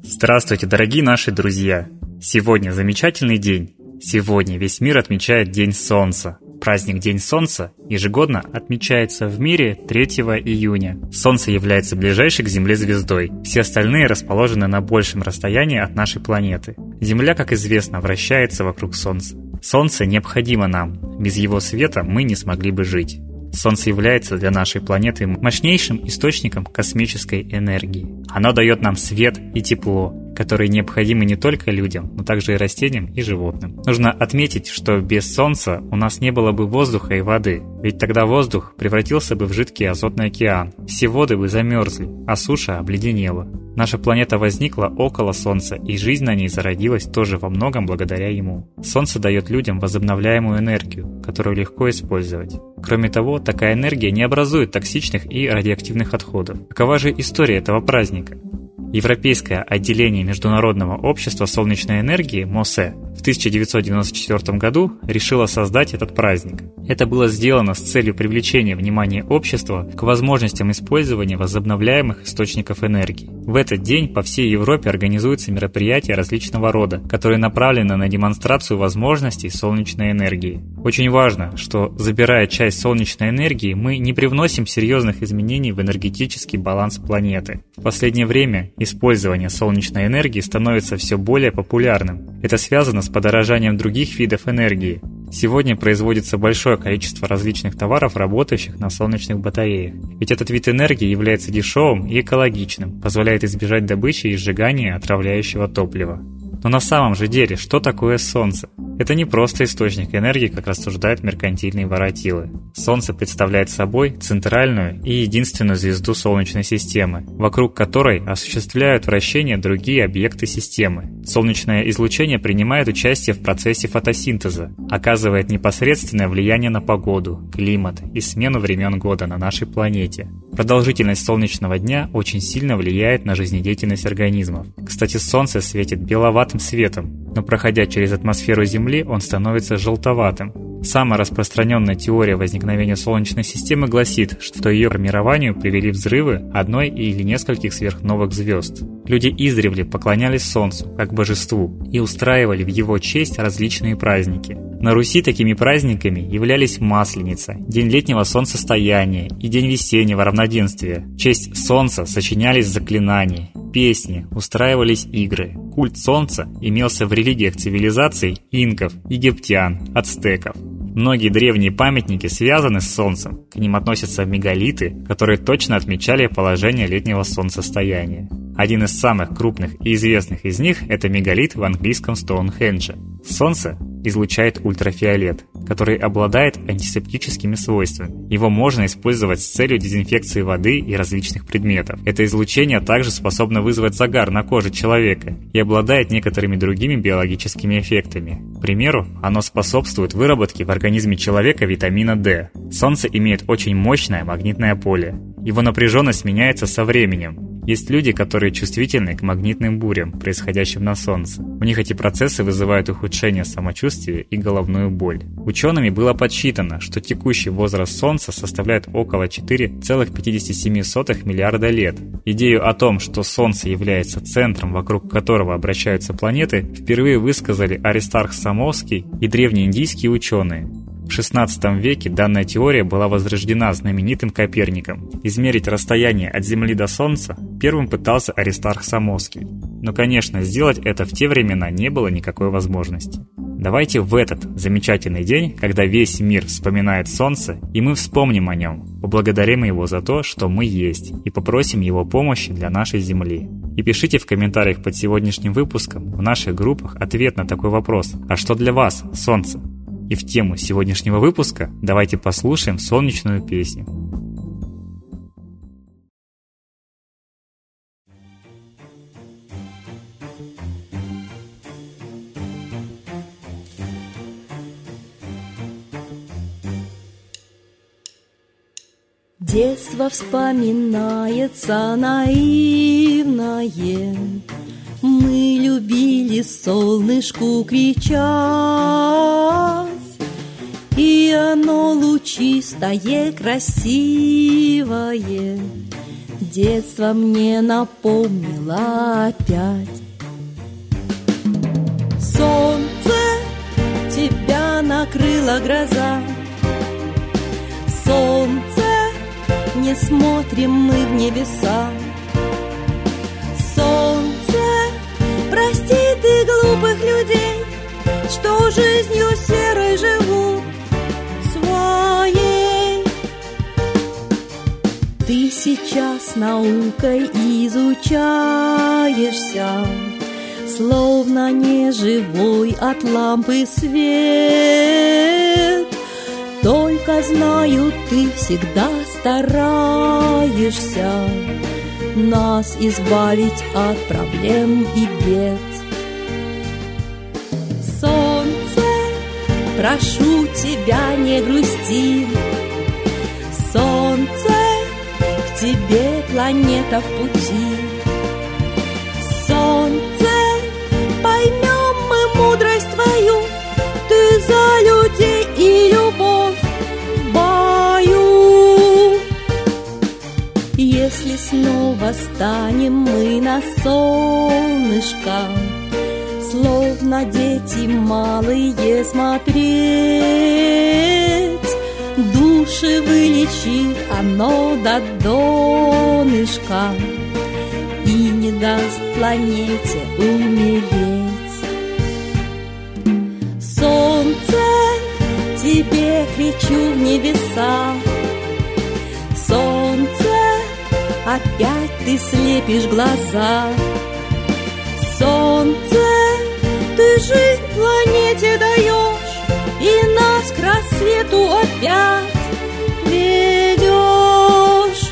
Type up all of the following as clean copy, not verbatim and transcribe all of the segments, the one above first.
Здравствуйте, дорогие наши друзья! Сегодня замечательный день. Сегодня весь мир отмечает День Солнца. Праздник День Солнца ежегодно отмечается в мире 3 июня. Солнце является ближайшей к Земле звездой. Все остальные расположены на большем расстоянии от нашей планеты. Земля, как известно, вращается вокруг Солнца. Солнце необходимо нам. Без его света мы не смогли бы жить. Солнце является для нашей планеты мощнейшим источником космической энергии. Оно дает нам свет и тепло, которые необходимы не только людям, но также и растениям и животным. Нужно отметить, что без Солнца у нас не было бы воздуха и воды, ведь тогда воздух превратился бы в жидкий азотный океан, все воды бы замерзли, а суша обледенела. Наша планета возникла около Солнца, и жизнь на ней зародилась тоже во многом благодаря ему. Солнце дает людям возобновляемую энергию, которую легко использовать. Кроме того, такая энергия не образует токсичных и радиоактивных отходов. Какова же история этого праздника? Европейское отделение Международного общества солнечной энергии МОСЭ в 1994 году решило создать этот праздник. Это было сделано с целью привлечения внимания общества к возможностям использования возобновляемых источников энергии. В этот день по всей Европе организуются мероприятия различного рода, которые направлены на демонстрацию возможностей солнечной энергии. Очень важно, что, забирая часть солнечной энергии, мы не привносим серьезных изменений в энергетический баланс планеты. В последнее время использование солнечной энергии становится все более популярным. Это связано с подорожанием других видов энергии. Сегодня производится большое количество различных товаров, работающих на солнечных батареях. Ведь этот вид энергии является дешевым и экологичным, позволяет избежать добычи и сжигания отравляющего топлива. Но на самом же деле, что такое Солнце? Это не просто источник энергии, как рассуждают меркантильные воротилы. Солнце представляет собой центральную и единственную звезду Солнечной системы, вокруг которой осуществляют вращение другие объекты системы. Солнечное излучение принимает участие в процессе фотосинтеза, оказывает непосредственное влияние на погоду, климат и смену времен года на нашей планете. Продолжительность солнечного дня очень сильно влияет на жизнедеятельность организмов. Кстати, Солнце светит беловатым светом, но проходя через атмосферу Земли, он становится желтоватым. Самая распространенная теория возникновения Солнечной системы гласит, что к ее формированию привели взрывы одной или нескольких сверхновых звезд. Люди издревле поклонялись Солнцу как божеству и устраивали в его честь различные праздники. На Руси такими праздниками являлись Масленица, День летнего солнцестояния и День весеннего равноденствия. В честь Солнца сочинялись заклинания, песни, устраивались игры. Культ Солнца имелся в религиях цивилизаций инков, египтян, ацтеков. Многие древние памятники связаны с Солнцем. К ним относятся мегалиты, которые точно отмечали положение летнего солнцестояния. Один из самых крупных и известных из них – это мегалит в английском Стоунхендже. Солнце излучает ультрафиолет, который обладает антисептическими свойствами. Его можно использовать с целью дезинфекции воды и различных предметов. Это излучение также способно вызвать загар на коже человека и обладает некоторыми другими биологическими эффектами. К примеру, оно способствует выработке в организме человека витамина D. Солнце имеет очень мощное магнитное поле. Его напряженность меняется со временем. Есть люди, которые чувствительны к магнитным бурям, происходящим на Солнце. У них эти процессы вызывают ухудшение самочувствия и головную боль. Учеными было подсчитано, что текущий возраст Солнца составляет около 4,57 миллиарда лет. Идею о том, что Солнце является центром, вокруг которого обращаются планеты, впервые высказали Аристарх Самовский и древнеиндийские ученые. В XVI веке данная теория была возрождена знаменитым Коперником. Измерить расстояние от Земли до Солнца первым пытался Аристарх Самовский. Но, конечно, сделать это в те времена не было никакой возможности. Давайте в этот замечательный день, когда весь мир вспоминает Солнце, и мы вспомним о нем, поблагодарим его за то, что мы есть, и попросим его помощи для нашей Земли. И пишите в комментариях под сегодняшним выпуском в наших группах ответ на такой вопрос: а что для вас Солнце? И в тему сегодняшнего выпуска давайте послушаем солнечную песню. Детство вспоминается наивное, мы любили солнышку кричать, и оно лучистое, красивое детство мне напомнило опять. Солнце, тебя накрыла гроза. Солнце, не смотрим мы в небеса. Солнце, прости ты глупых людей, что жизнью серой живут своей. Ты сейчас наукой изучаешься, словно неживой от лампы свет. Только знаю, ты всегда стараешься нас избавить от проблем и бед. Солнце, прошу тебя, не грусти. Солнце, к тебе планета в пути. Солнце, поймем мы мудрость твою, ты за людей и любовь в бою. Если снова станем мы на солнышко, словно дети малые смотреть, души вылечит оно до донышка и не даст планете умереть. Солнце, тебе кричу в небеса. Солнце, опять ты слепишь глаза. Солнце, ты жизнь планете даешь и нас к рассвету опять ведешь.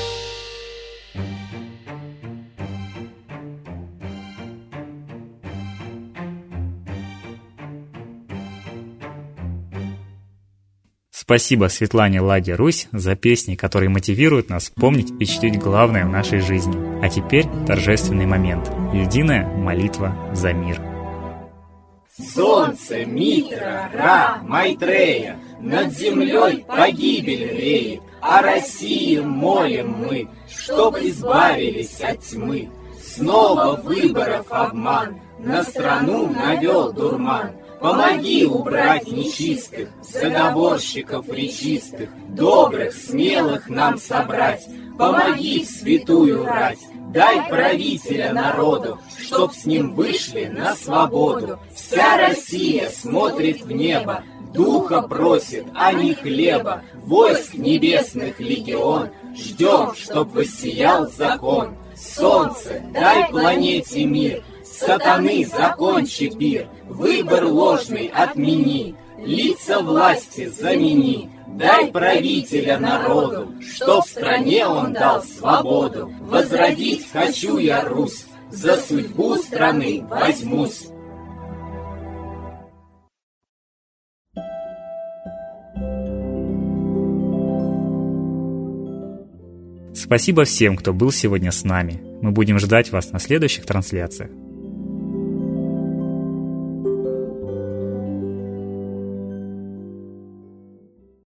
Спасибо Светлане Ладе Русь за песни, которые мотивируют нас помнить и чтить главное в нашей жизни. А теперь торжественный момент. Единая молитва за мир. Солнце, Митра, Ра, Майтрея, над землей погибель реет, о России молим мы, чтоб избавились от тьмы. Снова выборов обман, на страну навел дурман. Помоги убрать нечистых, заговорщиков речистых, добрых, смелых нам собрать. Помоги в святую рать, дай правителя народу, чтоб с ним вышли на свободу. Вся Россия смотрит в небо, духа просит, а не хлеба. Войск небесных легион, ждем, чтоб воссиял закон. Солнце, дай планете мир, сатаны закончи пир, выбор ложный отмени, лица власти замени. Дай правителя народу, чтоб в стране он дал свободу. Возродить хочу я Русь, за судьбу страны возьмусь. Спасибо всем, кто был сегодня с нами. Мы будем ждать вас на следующих трансляциях.